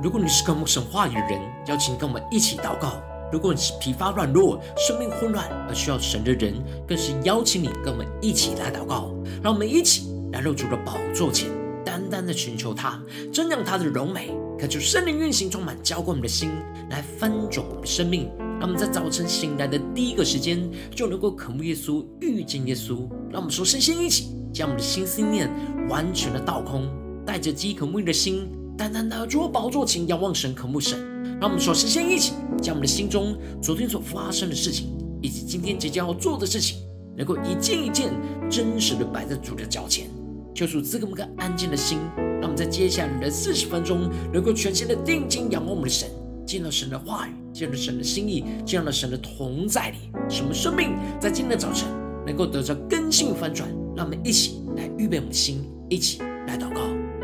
如果你是渴慕神话语的人，邀请跟我们一起祷告。如果你是疲乏软弱、生命混乱而需要神的人，更是邀请你跟我们一起来祷告。让我们一起来入主的宝座前，单单的寻求他，瞻仰他的荣美，恳求圣灵运行充满，浇灌我们的心，来翻转我们的生命。让我们在早晨醒来的第一个时间，就能够渴慕耶稣，遇见耶稣。让我们首先一起将我们的心思念完全的倒空，带着饥渴沐浴的心，单单的主宝座前仰望神，渴慕神。让我们首先一起将我们的心中昨天所发生的事情，以及今天即将要做的事情，能够一件一件真实的摆在主的脚前，求主赐给我们一个安静的心。让我们在接下来的40分钟，能够全心的定睛仰望我们的神，见到神的话语，见到神的心意，见到神的同在里，使我们生命在今天的早晨能够得到更新翻转。让我们一起来预备我们的心，一起来祷告。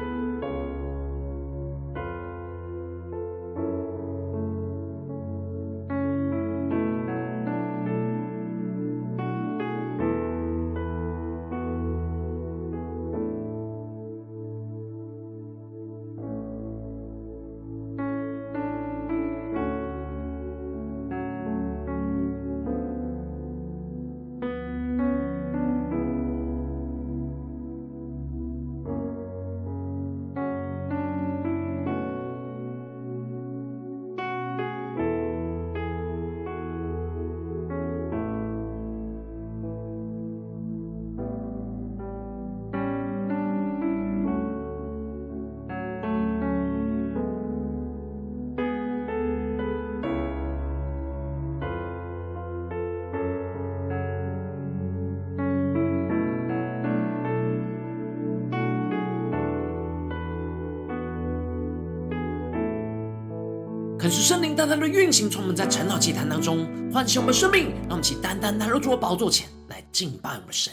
恳求圣灵单单的运行，从我们在晨祷祭坛当中唤醒我们生命，让我们一起单单来到主的宝座前来敬拜我们的神。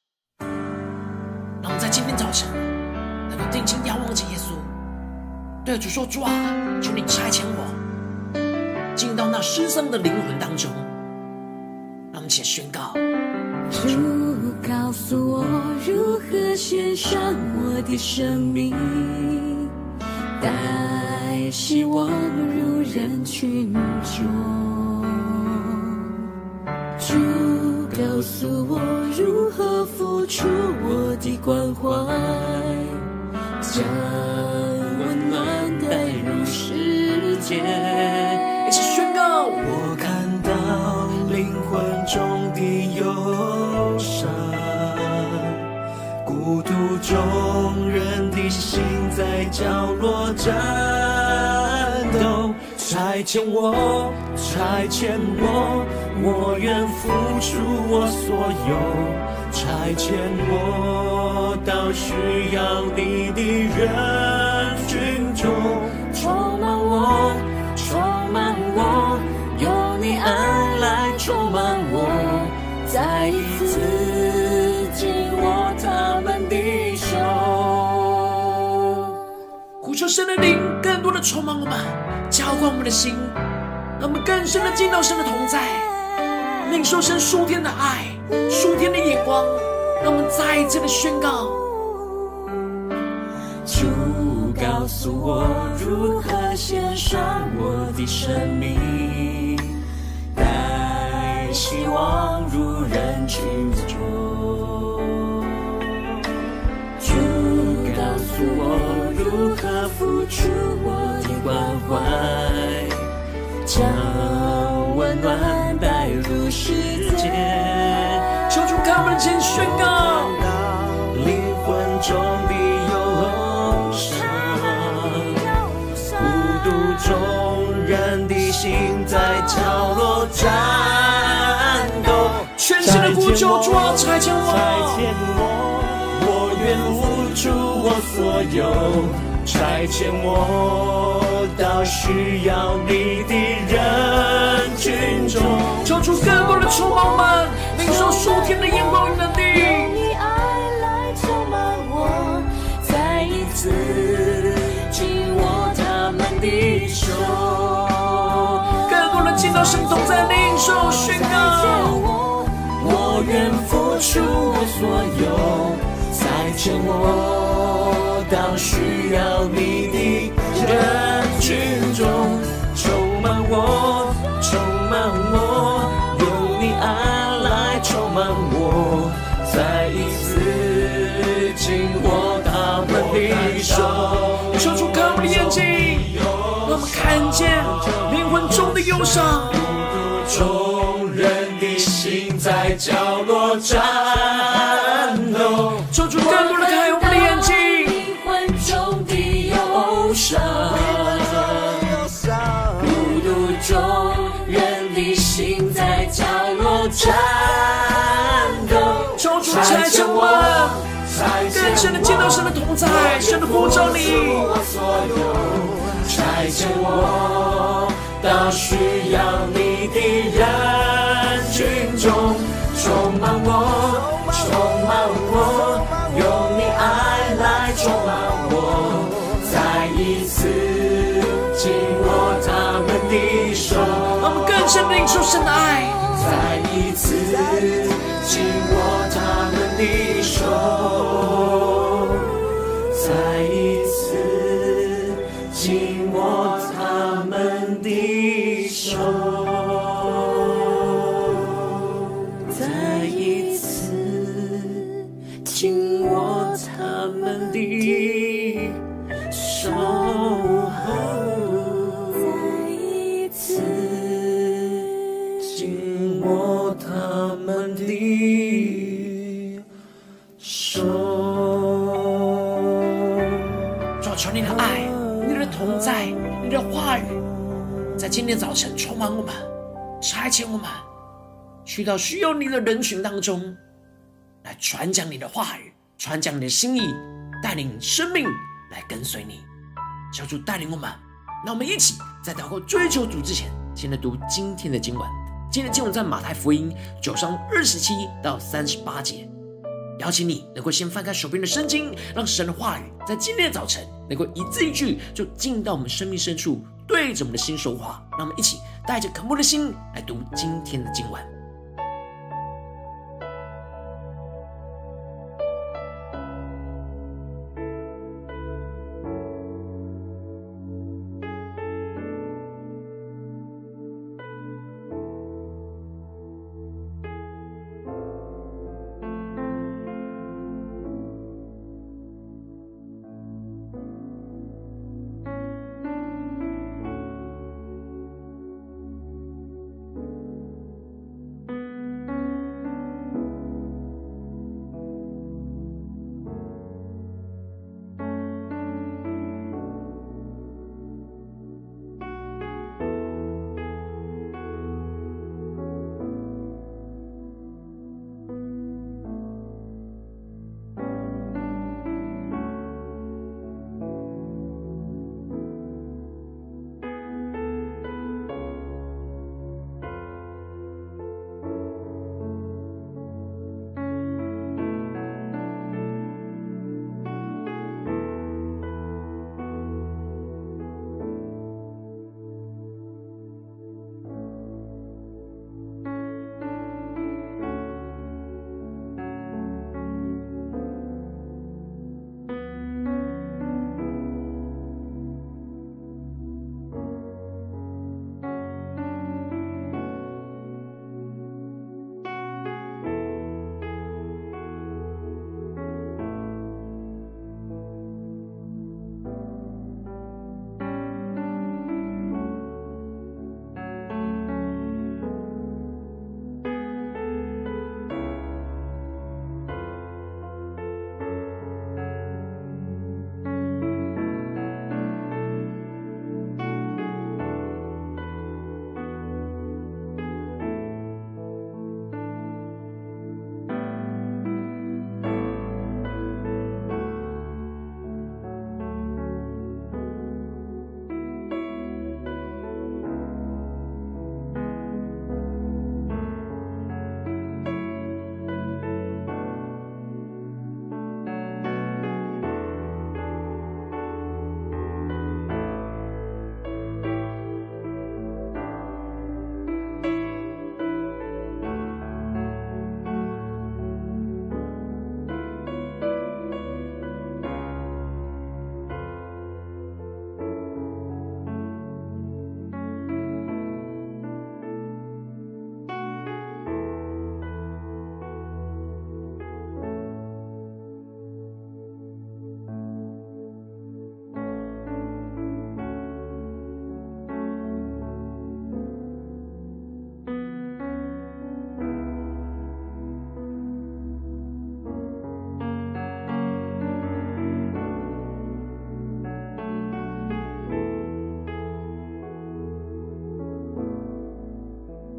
让我们在今天早晨能够定睛仰望着耶稣，对主说：主啊，求你差遣我进到那失丧的灵魂当中。让我们一起宣告： 主告诉我如何献上我的生命，带希望入人群中。主告诉我如何付出我的关怀，将温暖带入世界。 一起宣告： 我看到灵魂中的忧伤，孤独中人的心在角落战斗。差遣我，差遣我，我愿付出我所有。差遣我到需要你的人群中，充满我，充满我，用你爱来充满我，再一次紧握他们的手。 呼求神的灵更多的充满我们，浇灌我们的心，让我们更深的进到神的同在，领受神属天的爱，属天的眼光。让我们再一次的宣告： 主告诉我如何献上我的生命，带希望入人群中。主告诉我如何付出我的关怀，将温暖带入世界。 求主开门前宣告： 灵魂中的忧伤，孤独中人的心在角落战斗。 全心的呼求，主啊，差遣我，我愿付出我所有。差遣我到需要你的人群中， 求主更多的充满我们，领受属天的眼光与能力。 用你爱来充满我，再一次紧握他们的手。 更多人进到神同在，领受宣告： 我愿付出我所有。差遣我到需要你的人群看见灵魂中的忧伤。 众人的心在角落战斗， 求主更多的开我们的眼睛， 灵魂中的忧伤，孤独中人的心在角落战斗。 求主拆成我们，更深的见到神的同在，神的呼召你。 拆解我到需要你的人群中，充满我，充满我，用你爱来充满我，再一次紧握他们的手， 让我们更深的领受神的爱， 再一次紧握他们的手，再一次紧握他们的手，再一次紧握他们的手，再一次紧握他们的手。 主啊，求你的爱，你的同在，你的话语，在今天早晨充满我们，差遣我们去到需要你的人群当中，来传讲你的话语，传讲你的心意，带领生命来跟随你。求主带领我们，让我们一起在祷告追求主之前，先来读今天的经文。今天的经文在马太福音9章27到38节。邀请你能够先翻开手边的圣经，让神的话语在今天的早晨能够一字一句就进到我们生命深处，对着我们的心说话。让我们一起带着渴慕的心来读今天的经文。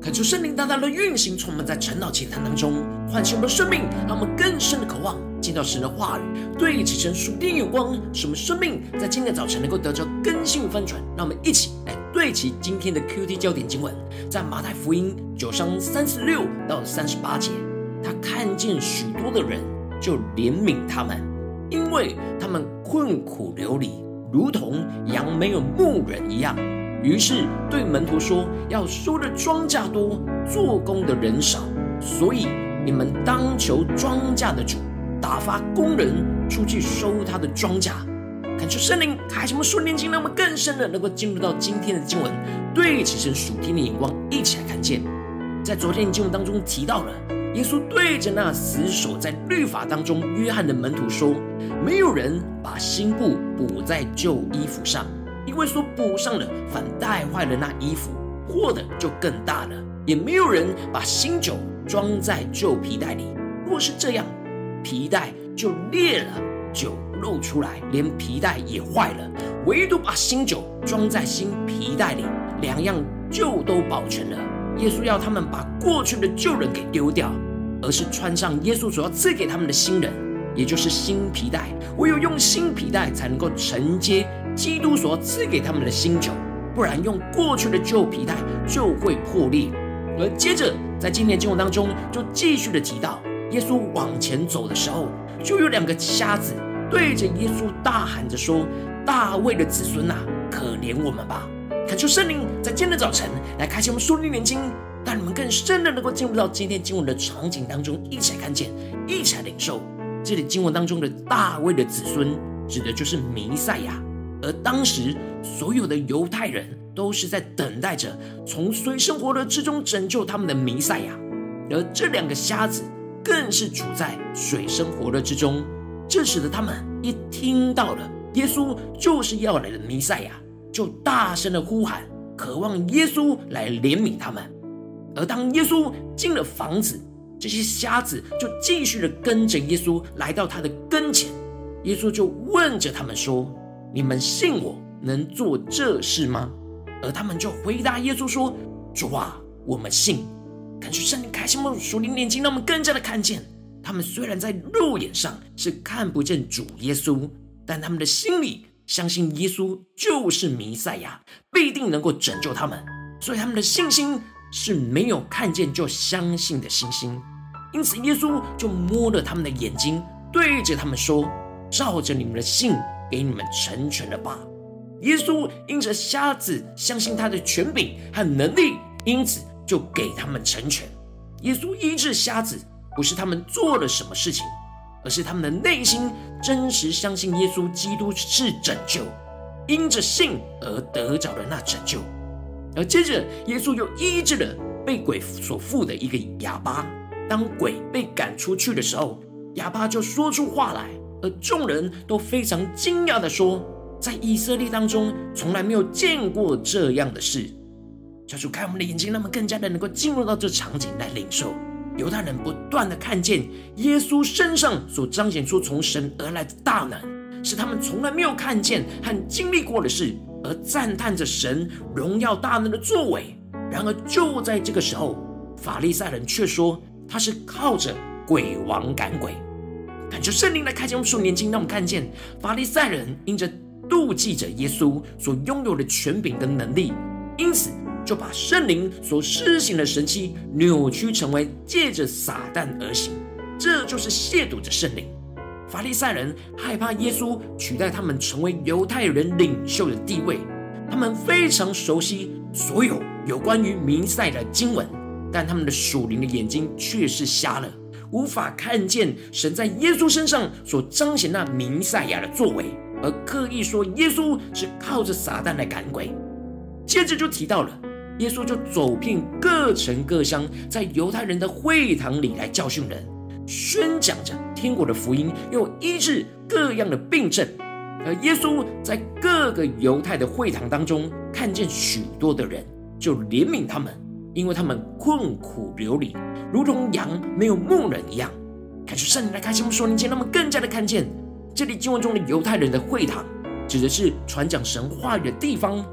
恳求圣灵大大的运行，充满在晨祷祈坛当中，唤醒我们的生命，让我们更深的渴望见到神的话语，对齐神属天眼光，使我们生命在今天的早晨能够得着更新与翻转。让我们一起来对齐今天的 QT 焦点经文，在马太福音9章36到38节。他看见许多的人，就怜悯他们，因为他们困苦流离，如同羊没有牧人一样。于是对门徒说，要收的庄稼多，做工的人少，所以你们当求庄稼的主打发工人出去收他的庄稼。恳求圣灵开启我们属灵眼睛，让我们更深的能够进入到今天的经文，对齐神属天的眼光，一起来看见。在昨天的经文当中提到了，耶稣对着那死守在律法当中约翰的门徒说，没有人把新布补在旧衣服上，因为所补上的反带坏了那衣服，祸的就更大了。也没有人把新酒装在旧皮袋里，若是这样，皮袋就裂了，酒漏出来，连皮带也坏了。唯独把新酒装在新皮袋里，两样就都保全了。耶稣要他们把过去的旧人给丢掉，而是穿上耶稣所要赐给他们的新人，也就是新皮带。唯有用新皮带才能够承接基督所赐给他们的新酒，不然用过去的旧皮带就会破裂。而接着在今天的经文当中，就继续的提到，耶稣往前走的时候，就有2个瞎子对着耶稣大喊着说，大卫的子孙啊，可怜我们吧。恳求圣灵在今天的早晨来开启我们属灵眼睛，让你们更深的能够进入到今天经文的场景当中，一起来看见，一起来领受。这里经文当中的大卫的子孙指的就是弥赛亚，而当时所有的犹太人都是在等待着从水深火热之中拯救他们的弥赛亚，而这2个瞎子更是处在水深火热之中，这使得他们一听到了耶稣就是要来的弥赛亚，就大声的呼喊，渴望耶稣来怜悯他们。而当耶稣进了房子，这些瞎子就继续的跟着耶稣来到他的跟前。耶稣就问着他们说，你们信我能做这事吗？而他们就回答耶稣说，主啊，我们信。感谢圣灵开启我们属灵眼睛，让我们更加的看见，他们虽然在肉眼上是看不见主耶稣，但他们的心里相信耶稣就是弥赛亚，必定能够拯救他们，所以他们的信心是没有看见就相信的信心。因此耶稣就摸了他们的眼睛，对着他们说，照着你们的信给你们成全了吧。耶稣因着瞎子相信他的权柄和能力，因此就给他们成全。耶稣医治瞎子，不是他们做了什么事情，而是他们的内心真实相信耶稣基督是拯救，因着信而得着了那拯救。而接着耶稣又医治了被鬼所附的一个哑巴，当鬼被赶出去的时候，哑巴就说出话来，而众人都非常惊讶地说，在以色列当中从来没有见过这样的事。求主开我们的眼睛，让我们更加的能够进入到这场景来领受。犹太人不断的看见耶稣身上所彰显出从神而来的大能，是他们从来没有看见和经历过的事，而赞叹着神荣耀大能的作为。然而就在这个时候，法利赛人却说他是靠着鬼王赶鬼。感谢圣灵来开启我们属灵眼睛，让我们看见法利赛人因着妒忌着耶稣所拥有的权柄跟能力，因此就把圣灵所施行的神迹扭曲成为借着撒旦而行，这就是亵渎着圣灵。法利赛人害怕耶稣取代他们成为犹太人领袖的地位，他们非常熟悉所有关于弥赛亚的经文，但他们的属灵的眼睛却是瞎了，无法看见神在耶稣身上所彰显那弥赛亚的作为，而刻意说耶稣是靠着撒旦来赶鬼。接着就提到了耶稣就走遍各城各乡，在犹太人的会堂里来教训人，宣讲着天国的福音，又医治各样的病症。而耶稣在各个犹太的会堂当中看见许多的人，就怜悯他们，因为他们困苦流离，如同羊没有牧人一样。感谢圣灵来开启我们属灵眼睛，让我们更加的看见这里经文中的犹太人的会堂指的是传讲神话语的地方。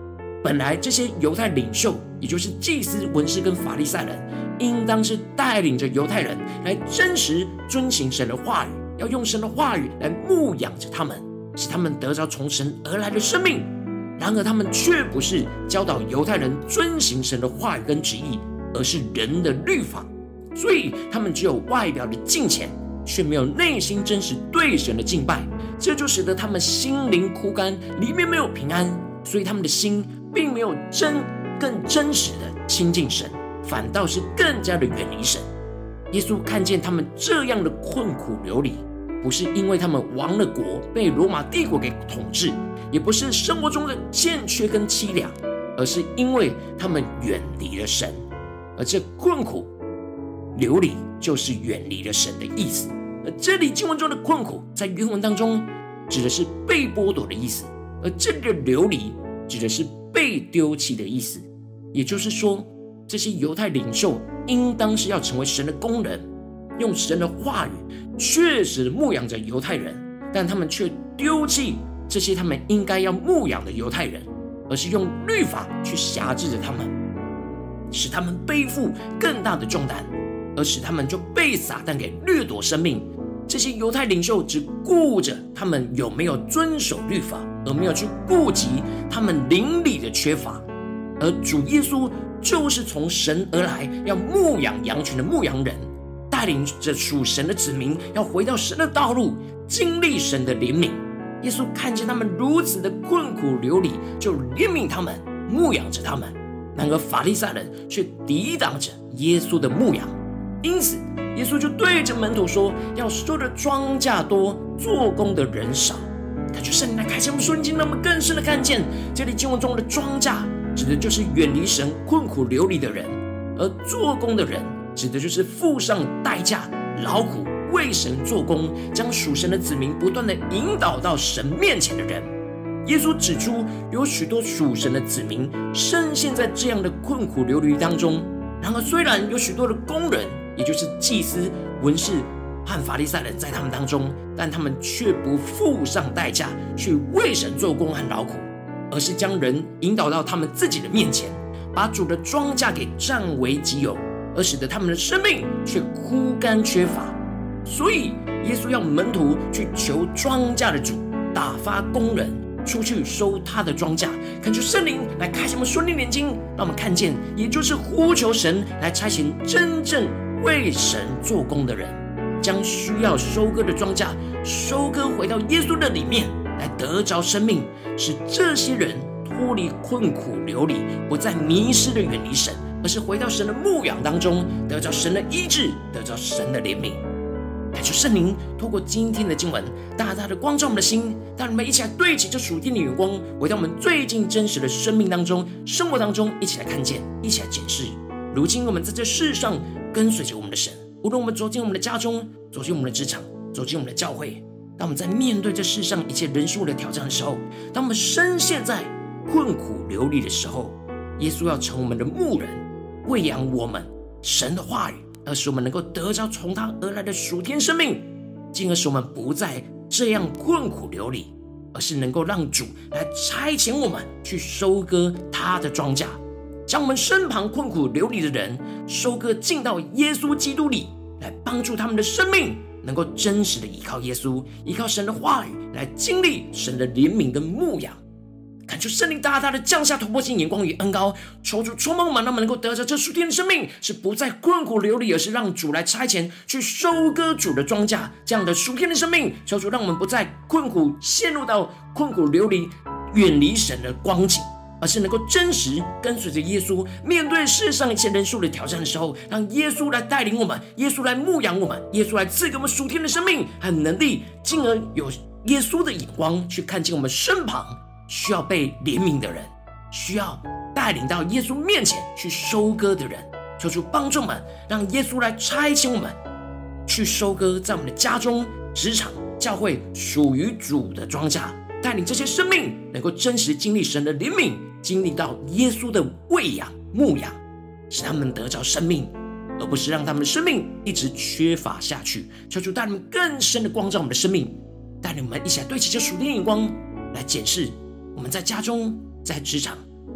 本来这些犹太领袖，也就是祭司、文士跟法利赛人，应当是带领着犹太人来真实遵行神的话语，要用神的话语来牧养着他们，使他们得着从神而来的生命。然而他们却不是教导犹太人遵行神的话语跟旨意，而是人的律法，所以他们只有外表的敬虔，却没有内心真实对神的敬拜，这就使得他们心灵枯干，里面没有平安，所以他们的心并没有更真实的亲近神，反倒是更加的远离神。耶稣看见他们这样的困苦流离，不是因为他们亡了国，被罗马帝国给统治，也不是生活中的欠缺跟凄凉，而是因为他们远离了神。而这困苦流离就是远离了神的意思。而这里经文中的困苦在原文当中指的是被剥夺的意思，而这里的流离指的是被丢弃的意思。也就是说，这些犹太领袖应当是要成为神的工人，用神的话语确实牧养着犹太人，但他们却丢弃这些他们应该要牧养的犹太人，而是用律法去辖制着他们，使他们背负更大的重担，而使他们就被撒旦给掠夺生命。这些犹太领袖只顾着他们有没有遵守律法，而没有去顾及他们灵里的缺乏。而主耶稣就是从神而来，要牧养羊群的牧羊人，带领着属神的子民要回到神的道路，经历神的怜悯。耶稣看见他们如此的困苦流离，就怜悯他们，牧养着他们。然而法利赛人却抵挡着耶稣的牧养，因此耶稣就对着门徒说，要收的庄稼多，做工的人少。感觉圣灵来开启我们属灵经，让我们更深的看见，这里经文中的庄稼指的就是远离神困苦流离的人，而做工的人指的就是付上代价劳苦为神做工，将属神的子民不断的引导到神面前的人。耶稣指出有许多属神的子民深陷在这样的困苦流离当中，然而虽然有许多的工人，也就是祭司、文士和法利赛人在他们当中，但他们却不付上代价去为神做工和劳苦，而是将人引导到他们自己的面前，把主的庄稼给占为己有，而使得他们的生命却枯干缺乏。所以耶稣要门徒去求庄稼的主打发工人出去收他的庄稼。恳求圣灵来开启我们属灵眼睛，让我们看见，也就是呼求神来差遣真正为神做工的人，将需要收割的庄稼收割回到耶稣的里面，来得着生命，使这些人脱离困苦流离，不再迷失的远离神，而是回到神的牧养当中，得着神的医治，得着神的怜悯。感谢圣灵透过今天的经文大大的光照我们的心，让我们一起来对齐这属天的眼光，回到我们最近真实的生命当中、生活当中，一起来看见，一起来检视。如今我们在这世上跟随着我们的神，无论我们走进我们的家中，走进我们的职场，走进我们的教会，当我们在面对这世上一切人事物的挑战的时候，当我们深陷在困苦流离的时候，耶稣要成我们的牧人，喂养我们神的话语，而使我们能够得着从他而来的属天生命，进而使我们不再这样困苦流离，而是能够让主来差遣我们去收割他的庄稼，将我们身旁困苦流离的人收割进到耶稣基督里，来帮助他们的生命能够真实的依靠耶稣，依靠神的话语，来经历神的怜悯跟牧养。感求圣灵大大的降下突破性眼光与恩膏，求主充满我们，让我们能够得着这属天的生命，是不再困苦流离，而是让主来差遣去收割主的庄稼，这样的属天的生命。求主让我们不再困苦陷入到困苦流离远离神的光景，而是能够真实跟随着耶稣，面对世上一切人数的挑战的时候，让耶稣来带领我们，耶稣来牧养我们，耶稣来赐给我们属天的生命和能力，进而有耶稣的眼光去看见我们身旁需要被怜悯的人，需要带领到耶稣面前去收割的人。求主帮助我们，让耶稣来差遣我们去收割在我们的家中、职场、教会属于主的庄稼，带领这些生命能够真实经历神的怜悯，经历到耶稣的喂养牧养，使他们得着生命，而不是让他们的生命一直缺乏下去。求主带领我们更深的光照我们的生命，带领我们一起来对齐这属天眼光，来检视我们在家中、在职场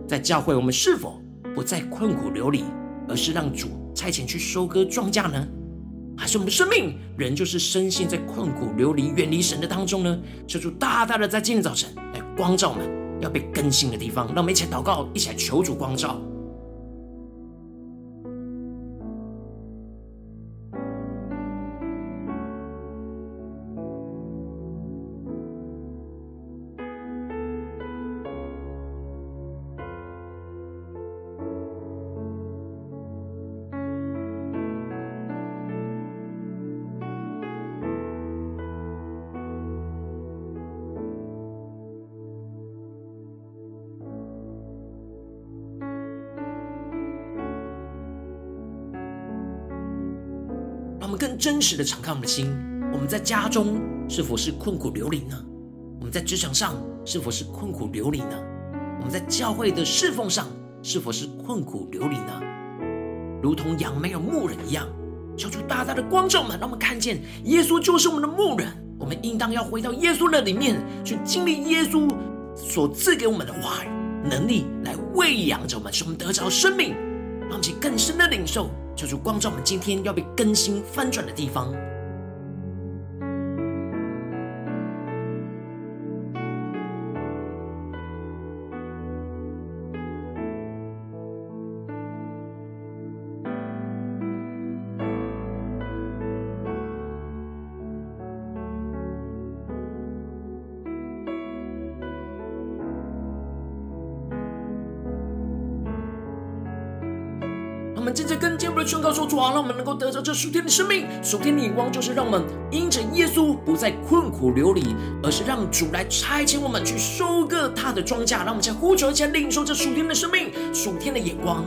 在教会我们是否不再困苦流离，而是让主差遣去收割庄稼呢？还是我们的生命仍旧是深陷在困苦流离远离神的当中呢？求主大大的在今天早晨来光照我们要被更新的地方，让我们一起来祷告，一起来求主光照。让我们更真实的敞开我们的心，我们在家中是否是困苦流离呢？我们在职场上是否是困苦流离呢？我们在教会的侍奉上是否是困苦流离呢？如同羊没有牧人一样，求出大大的光照们，让我们看见耶稣就是我们的牧人，我们应当要回到耶稣的里面，去经历耶稣所赐给我们的话语能力，来喂养着我们，使我们得着生命，让我们更深的领受，求主光照我们今天要被更新翻转的地方。我们接着更进一步的宣告说：主啊，让我们能够得着这属天的生命。属天的眼光就是让我们因着耶稣不再困苦流离，而是让主来差遣我们去收割他的庄稼。让我们先呼求，先领受这属天的生命、属天的眼光。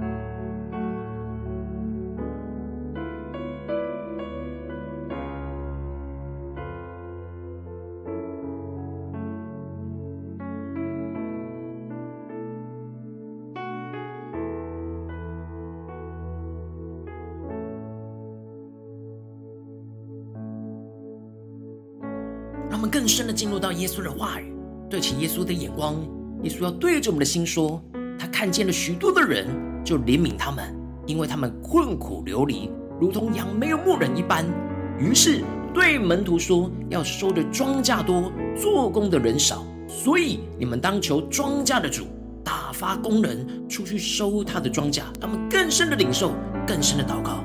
让我们更深的进入到耶稣的话语，对齐耶稣的眼光。耶稣要对着我们的心说，他看见了许多的人，就怜悯他们，因为他们困苦流离，如同羊没有牧人一般。于是对门徒说，要收的庄稼多，做工的人少，所以你们当求庄稼的主打发工人出去收他的庄稼。让我们更深的领受，更深的祷告。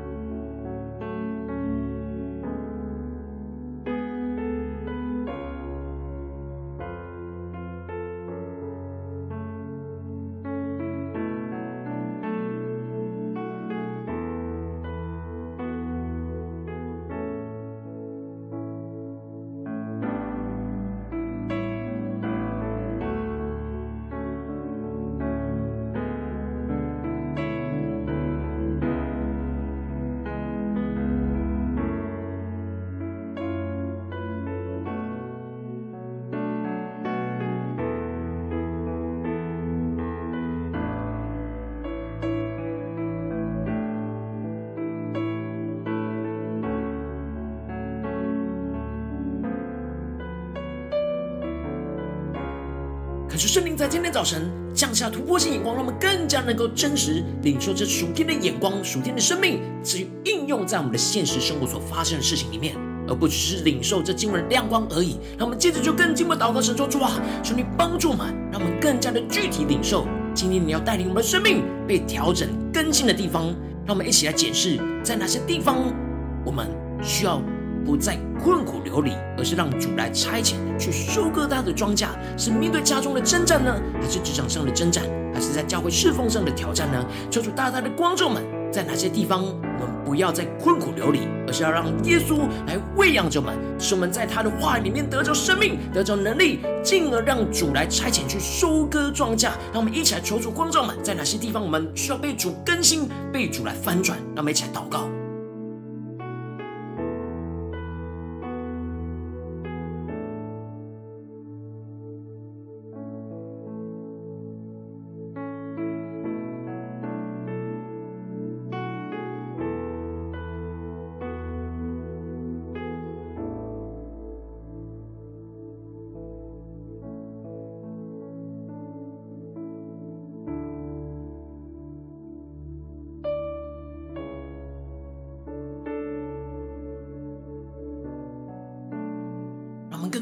恳求圣灵在今天早晨降下突破性眼光，让我们更加能够真实领受这属天的眼光、属天的生命，去应用在我们的现实生活所发生的事情里面，而不只是领受这经文的亮光而已。让我们接着就更进一步祷告神说：主啊，求你帮助我们，让我们更加的具体领受今天你要带领我们的生命被调整更新的地方。让我们一起来检视，在哪些地方我们需要不再困苦流离，而是让主来差遣去收割他的庄稼。是面对家中的征战呢，还是职场上的征战，还是在教会侍奉上的挑战呢？求主大大的光照们，在哪些地方我们不要再困苦流离，而是要让耶稣来喂养着我们，使我们在他的话语里面得着生命，得着能力，进而让主来差遣去收割庄稼。让我们一起来求主光照们，在哪些地方我们需要被主更新，被主来翻转。让我们一起来祷告。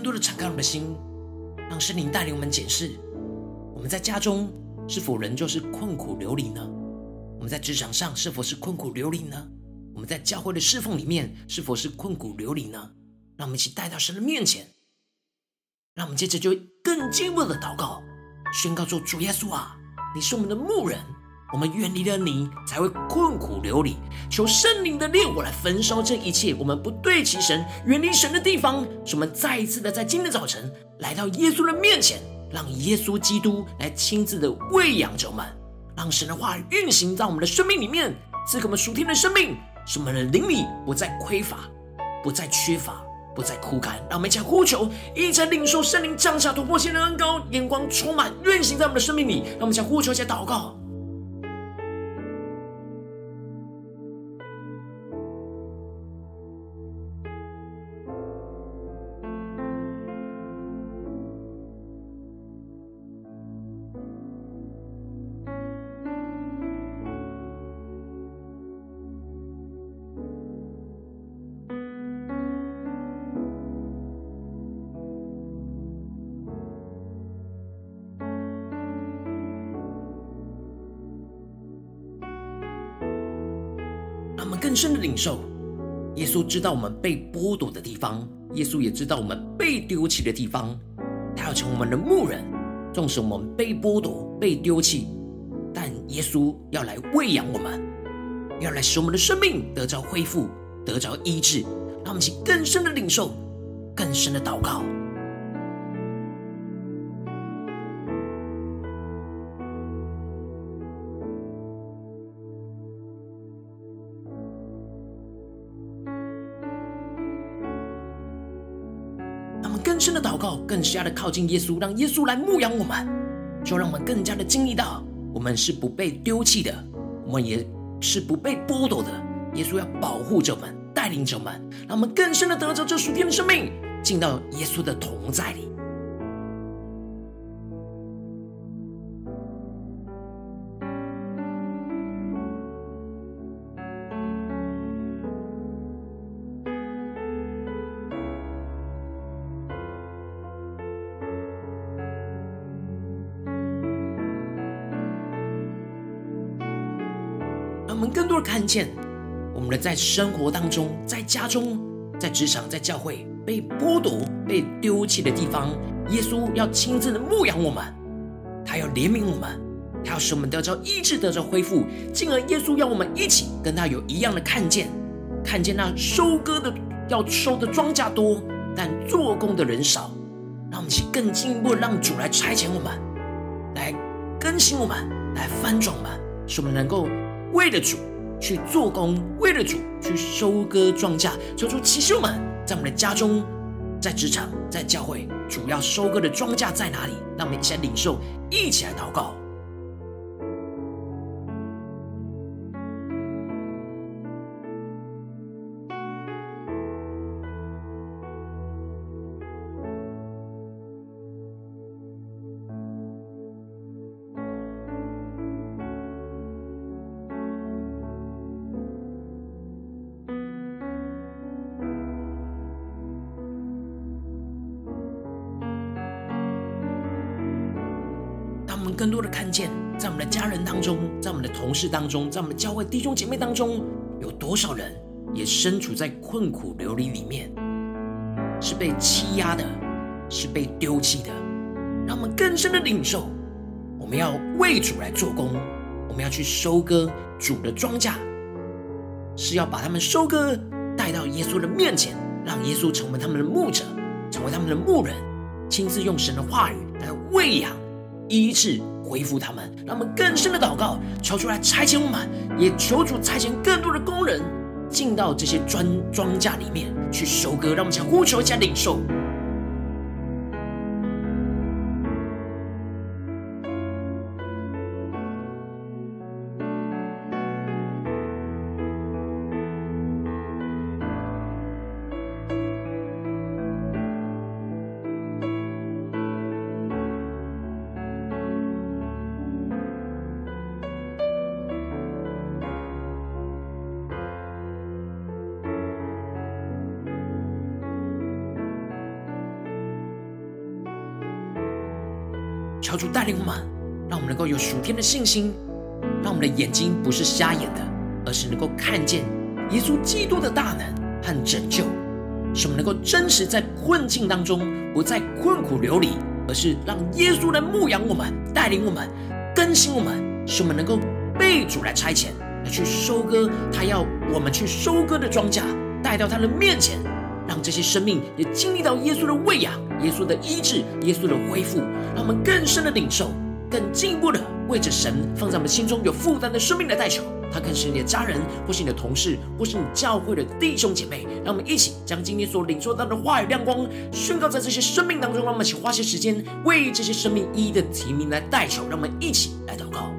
多的敞开我们的心，让圣灵带领我们检视，我们在家中是否仍旧是困苦流离呢？我们在职场上是否是困苦流离呢？我们在教会的侍奉里面是否是困苦流离呢？让我们一起带到神的面前，让我们接着就更进一步的祷告，宣告说：主耶稣啊，你是我们的牧人，我们远离了你才会困苦流离，求圣灵的烈火来焚烧这一切我们不对齐神、远离神的地方，使我们再一次的在今天早晨来到耶稣的面前，让耶稣基督来亲自的喂养着我们，让神的话语运行在我们的生命里面，赐给我们属天的生命，使我们的灵里不再匮乏，不再缺乏，不再枯干。让我们一起来呼求，一起来领受圣灵降下突破性的恩膏，眼光充满运行在我们的生命里。让我们一起来呼求，一起来祷告。让我们更深的领受，耶稣知道我们被剥夺的地方，耶稣也知道我们被丢弃的地方，他要成为我们的牧人。纵使我们被剥夺、被丢弃，但耶稣要来喂养我们，要来使我们的生命得着恢复，得着医治。让我们一起更深的领受，更深的祷告。更深的祷告，更加的靠近耶稣，让耶稣来牧养我们，就让我们更加的经历到，我们是不被丢弃的，我们也是不被剥夺的。耶稣要保护着我们，带领着我们，让我们更深的得着这属天的生命，进到耶稣的同在里。让我们更多的看见，我们的在生活当中，在家中，在职场，在教会被剥夺、被丢弃的地方，耶稣要亲自的牧养我们，他要怜悯我们，他要使我们得着医治，得着恢复，进而耶稣要我们一起跟他有一样的看见那收割的要收的庄稼多，但做工的人少。让我们一起更进一步，让主来差遣我们，来更新我们，来翻转我们，使我们能够为了主去做工，为了主去收割庄稼。求主启示我们，在我们的家中，在职场，在教会，主要收割的庄稼在哪里？让我们一起来领受，一起来祷告。我们更多的看见，在我们的家人当中，在我们的同事当中，在我们的教会弟兄姐妹当中，有多少人也身处在困苦流离里面，是被欺压的，是被丢弃的。让我们更深的领受，我们要为主来做工，我们要去收割主的庄稼，是要把他们收割带到耶稣的面前，让耶稣成为他们的牧者，成为他们的牧人，亲自用神的话语来喂养、医治、恢复他们。让我们更深的祷告，求主来差遣我们，也求主差遣更多的工人进到这些庄稼里面去收割。让我们想呼求一下领受。 求主带领我们，让我们能够有属天的信心，让我们的眼睛不是瞎眼的，而是能够看见耶稣基督的大能和拯救，使我们能够真实在困境当中不再困苦流离，而是让耶稣来牧养我们，带领我们，更新我们，使我们能够被主来差遣，来去收割他要我们去收割的庄稼，带到他的面前，让这些生命也经历到耶稣的喂养，耶稣的医治，耶稣的恢复，让我们更深的领受，更进一步的为着神放在我们心中有负担的生命来代求。他可能是你的家人，或是你的同事，或是你教会的弟兄姐妹。让我们一起将今天所领受到的话语亮光宣告在这些生命当中。让我们一起花些时间为这些生命一一的提名来代求。让我们一起来祷告。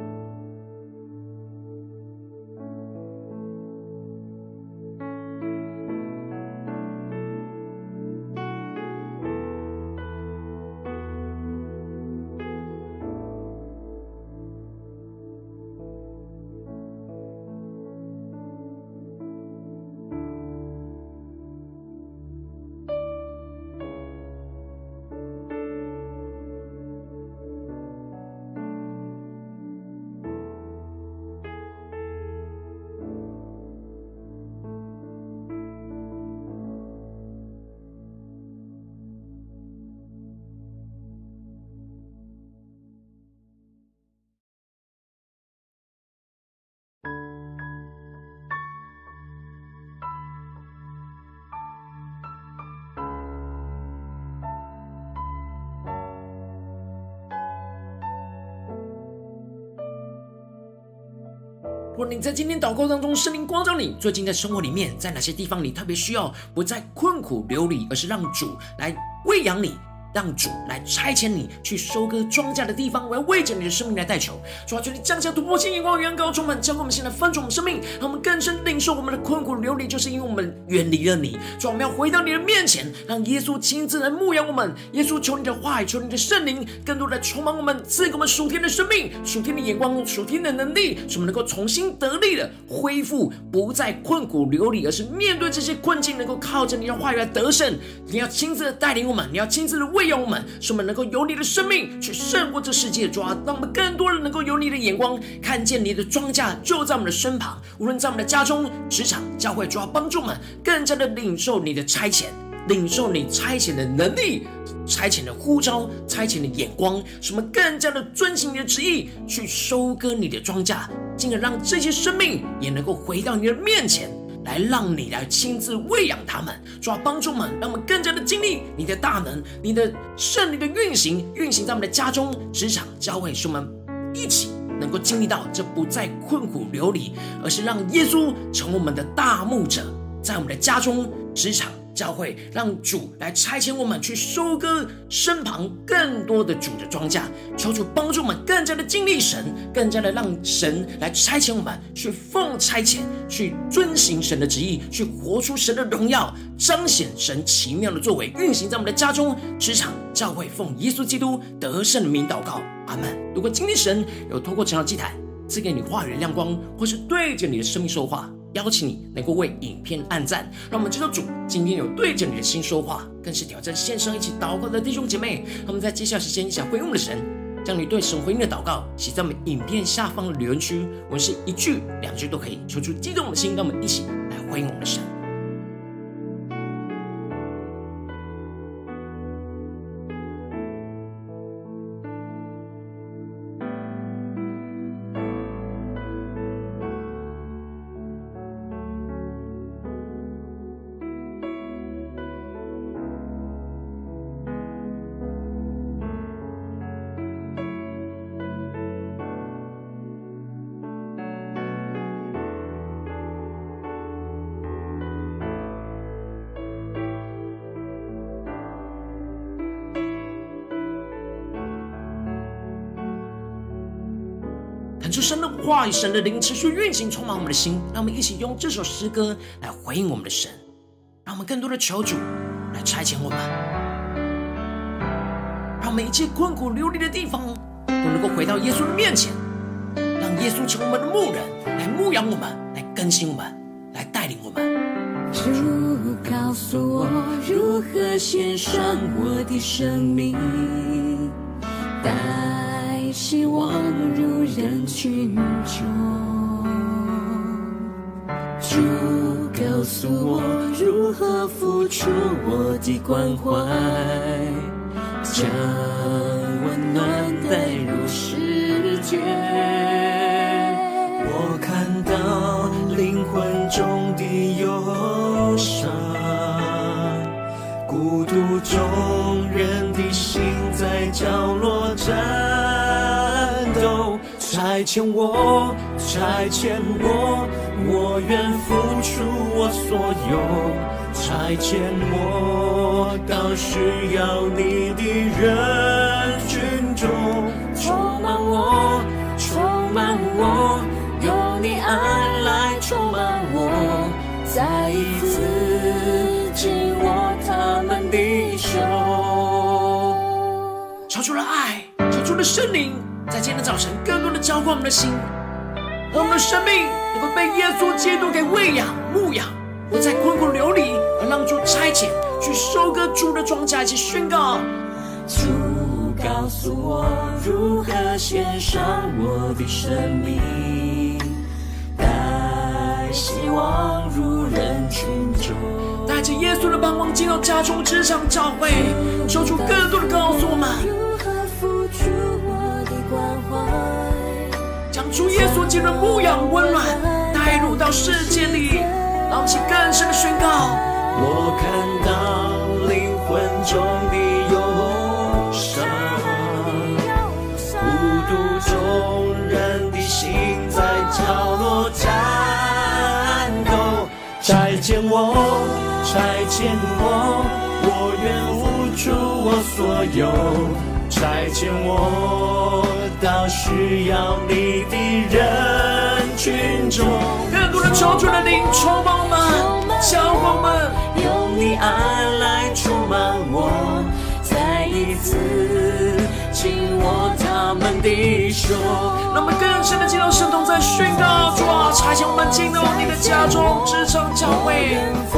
如果你在今天祷告当中，圣灵光照你，最近在生活里面，在哪些地方你特别需要不再困苦流离，而是让主来喂养你，让主来差遣你去收割庄稼的地方，我要为着你的生命来代求。主啊，求你降下突破性眼光，远高充满，将我们现在翻转我们生命，让我们更深领受我们的困苦流离，就是因为我们远离了你。主啊，我们要回到你的面前，让耶稣亲自来牧养我们。耶稣，求你的话语，求你的圣灵，更多的充满我们，赐给我们属天的生命、属天的眼光、属天的能力，使我们能够重新得力的恢复，不再困苦流离，而是面对这些困境，能够靠着你的话语来得胜。你要亲自的带领我们，你要亲自的喂养我们，使我们能够有你的生命去胜过这世界。主啊，让我们更多人能够有你的眼光，看见你的庄稼就在我们的身旁，无论在我们的家中、职场、教会。主啊，帮助我们更加的领受你的差遣，领受你差遣的能力、差遣的呼召、差遣的眼光，使我们更加的遵行你的旨意，去收割你的庄稼，进而让这些生命也能够回到你的面前，来让你来亲自喂养他们。主啊，帮助我们，让我们更加的经历你的大能，你的圣灵的运行在我们的家中、职场、教会，使我们一起能够经历到这不再困苦流离，而是让耶稣成为我们的大牧者，在我们的家中、职场、教会，让主来差遣我们去收割身旁更多的主的庄稼。求主帮助我们更加的经历神，更加的让神来差遣我们去奉差遣，去遵行神的旨意，去活出神的荣耀，彰显神奇妙的作为，运行在我们的家中、职场、教会。奉耶稣基督得胜的名祷告，阿们。如果今天神有透过晨祷祭坛赐给你话语的亮光，或是对着你的生命说话，邀请你能够为影片按赞，让我们知道主今天有对着你的心说话，更是挑战线上一起祷告的弟兄姐妹。他们在接下来时间想回应我们的神，将你对神回应的祷告写在我们影片下方的留言区，我们是1句2句都可以，求出激动我们的心，让我们一起来回应我们的神。神的话语、神的灵持续运行，充满我们的心。让我们一起用这首诗歌来回应我们的神，让我们更多的求主来差遣我们，让我们一切困苦流离的地方都能够回到耶稣的面前，让耶稣成为我们的牧人，来牧养我们，来更新我们，来带领我们。 主告诉我如何献上我的生命， 带希望入人群中。主告诉我如何付出我的关怀，将温暖带入世界。 我看到灵魂中的忧伤，孤独中人的心在角落战斗，差遣我，差遣我，我愿付出我所有，差遣我到需要你的人群中，充满我，充满我，用你爱来充满我，再一次紧握他们的手。 超出了爱，超出了圣灵，在今天的早晨更多的浇灌我们的心，让我们的生命能够被耶稣基督给喂养牧养，不再困苦流离，而让主差遣去收割主的庄稼，一起宣告。 主告诉我如何献上我的生命，带希望入人群中， 带着耶稣的盼望进到家中、职场、教会，求主更多的告诉我们如何付出我的关怀， 将主耶稣基督的牧养温暖带入到世界里，让我们一起更深的宣告。 我看到灵魂中的忧伤，孤独中人的心在角落战斗，差遣我，差遣我，我愿付出我所有，差遣我到需要你的人群中， 更多的求主的灵充满我们，浇灌我们， 用你爱来充满我，再一次紧握他们的手。 让我们更深的进到圣同在宣告，主啊，差遣我们进到你的家中、职场、教会，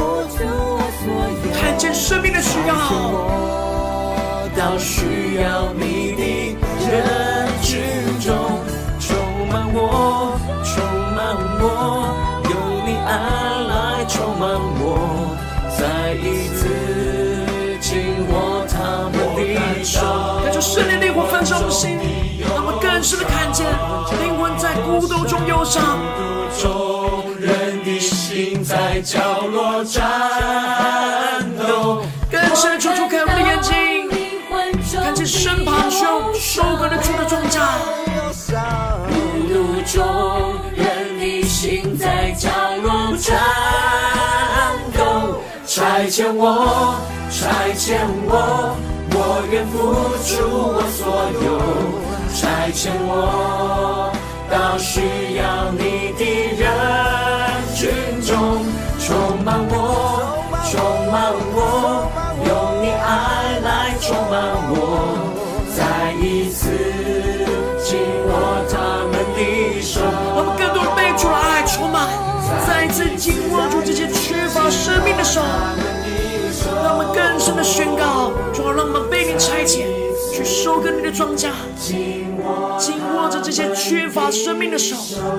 看见生命的需要， 到需要你的人群中，充满我，充满我，用你爱来充满我，再一次紧握他们的手。 感受圣灵烈火焚烧我们的心，让我们更深的看见灵魂在孤独中忧伤， 人的心在角落战斗， 更深的求主开我们的眼睛，看见身旁需要收割的主的庄稼。 孤独中人的心在角落战斗，差遣我，差遣我，我愿付出我所有，差遣我到需要你的人群中，充满我，充满我，用你爱来充满我，再一次紧握他们的手。 让我们更多的被主的爱充满，再一次紧握住这些缺乏生命的手，让我们更深的宣告，主要让我们被你差遣去收割你的庄稼，紧握着这些缺乏生命的手，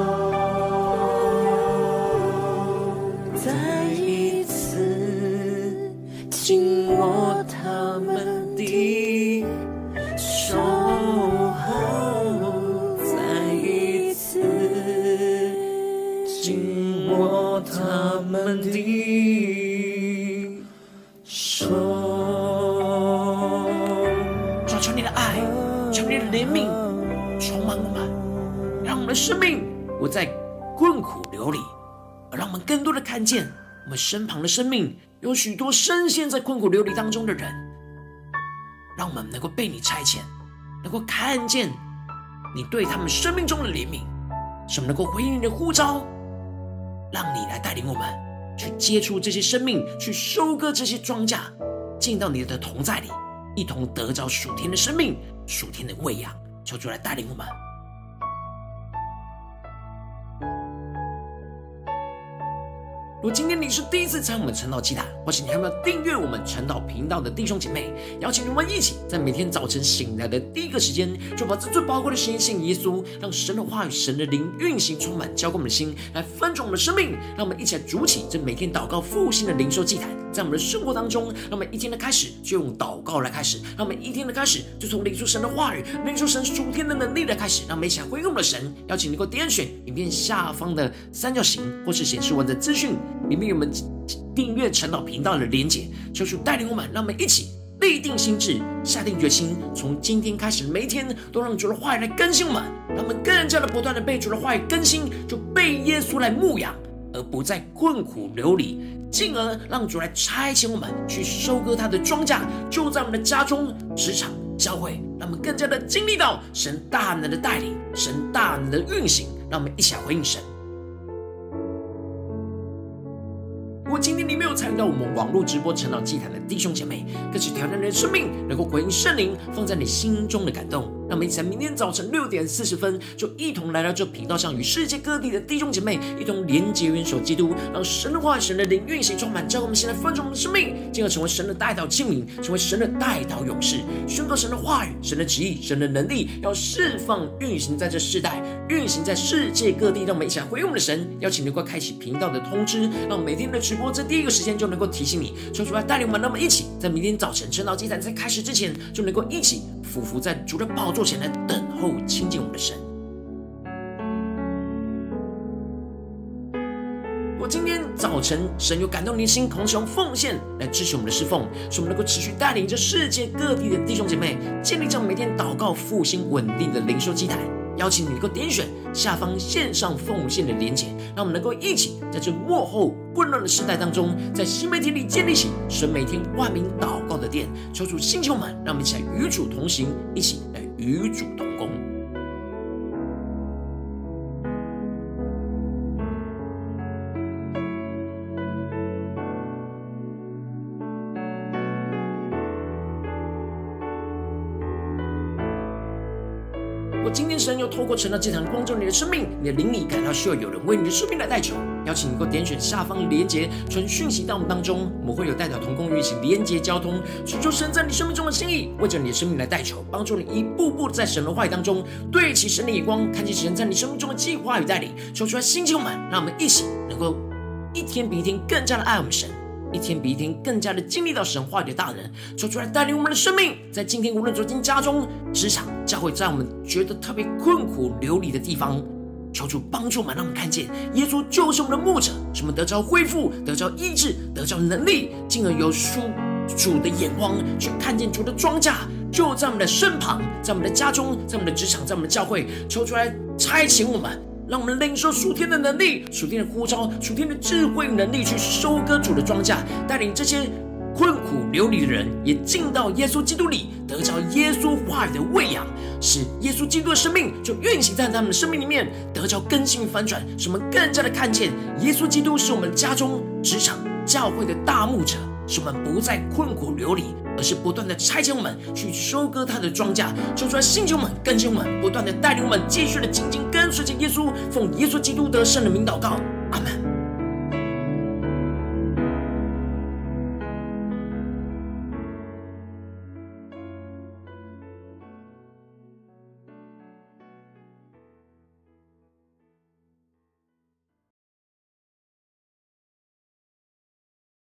再一次紧握他们的手，再一次紧握他们的手。 主求你的爱，求你的怜悯充满我们，让我们的生命不再困苦流离，而让我们更多的看见我们身旁的生命有许多深陷在困苦流离当中的人，让我们能够被你差遣，能够看见你对他们生命中的怜悯，使我们能够回应你的呼召，让你来带领我们去接触这些生命，去收割这些庄稼，进到你的同在里，一同得着属天的生命、属天的喂养。求主来带领我们。 如果今天你是第一次参与我们晨祷祭坛，或是你还没有订阅我们晨祷频道的弟兄姐妹，邀请你们一起在每天早晨醒来的第一个时间，就把这最宝贵的时间献给耶稣，让神的话语、神的灵运行充满，浇灌我们的心，来分盛我们的生命。让我们一起来筑起这每天祷告复兴的灵修祭坛，在我们的生活当中，让我们一天的开始就用祷告来开始，让我们一天的开始就从领受神的话语、领受神属天的能力来开始。让我们一起来回应我们的神。邀请你能够点选影片下方的三角形，或是显示文字资讯里面有我们订阅晨祷频道的连结，求主带领我们，让我们一起立定心志，下定决心，从今天开始每一天都让主的话语来更新我们，让我们更加的不断的被主的话语更新，就被耶稣来牧养，而不再困苦流离，进而让主来差遣我们去收割他的庄稼，就在我们的家中、职场、教会，让我们更加的经历到神大能的带领，神大能的运行。让我们一起来回应神。如果今天你没有参与到我们网络直播晨祷祭坛的弟兄姐妹，更是挑战你的生命，能够回应圣灵放在你心中的感动。让我们一起在明天早晨6:40，就一同来到这频道上，与世界各地的弟兄姐妹一同连结元首基督，让神的话语、神的灵运行充满，叫我们现在分盛我们的生命，进而成为神的代祷器皿，成为神的代祷勇士，宣告神的话语、神的旨意、神的能力，要释放运行在这世代，运行在世界各地。让我们一起来回应我们的神，邀请能够开启频道的通知，让每天的直播这第一个时间就能够提醒你，求主来带领我们。让我们一起在明天早晨晨祷祭坛在开始之前，就能够一起俯伏在主的宝座前来等候亲近我们的神。如果今天早晨神有感动你的心，同时用奉献来支持我们的侍奉，使我们能够持续带领着世界各地的弟兄姐妹建立这样每天祷告复兴稳定的灵修祭坛。邀请你能够点选下方线上奉献的连结，让我们能够一起在这末后混乱的时代当中，在新媒体里建立起神每天万名祷告的殿。求主星球们，让我们一起来与主同行，一起来与主同工。今天神又透过晨祷祭坛光照你的生命，你的灵里感到需要有人为你的生命来代求，邀请你能够点选下方连结传讯息到我们当中，我们会有代祷同工与一起连结交通，寻求神在你生命中的心意，为着你的生命来代求，帮助你一步步在神的话语当中对齐神的眼光，看见神在你生命中的计划与带领。求出来星球们，让我们一起能够一天比一天更加的爱我们神，一天比一天更加的经历到神话语的大能，求出来带领我们的生命，在今天无论走进家中、职场、教会，在我们觉得特别困苦流离的地方，求主帮助我们，让我们看见耶稣就是我们的牧者，使我们得着恢复、得着医治、得着能力，进而有主的眼光去看见主的庄稼就在我们的身旁，在我们的家中，在我们的职场，在我们的教会，求出来差遣我们，让我们领受属天的能力、属天的呼召、属天的智慧能力，去收割主的庄稼，带领这些困苦流离的人也进到耶稣基督里，得着耶稣话语的喂养，使耶稣基督的生命就运行在他们的生命里面，得着更新与翻转，使我们更加的看见耶稣基督是我们家中、职场、教会的大牧者，使我们不再困苦流离，而是不断的差遣我们去收割他的庄稼。求出来星球们、更新我们，不断的带领我们继续的紧紧跟随着耶稣，奉耶稣基督得胜的名祷告，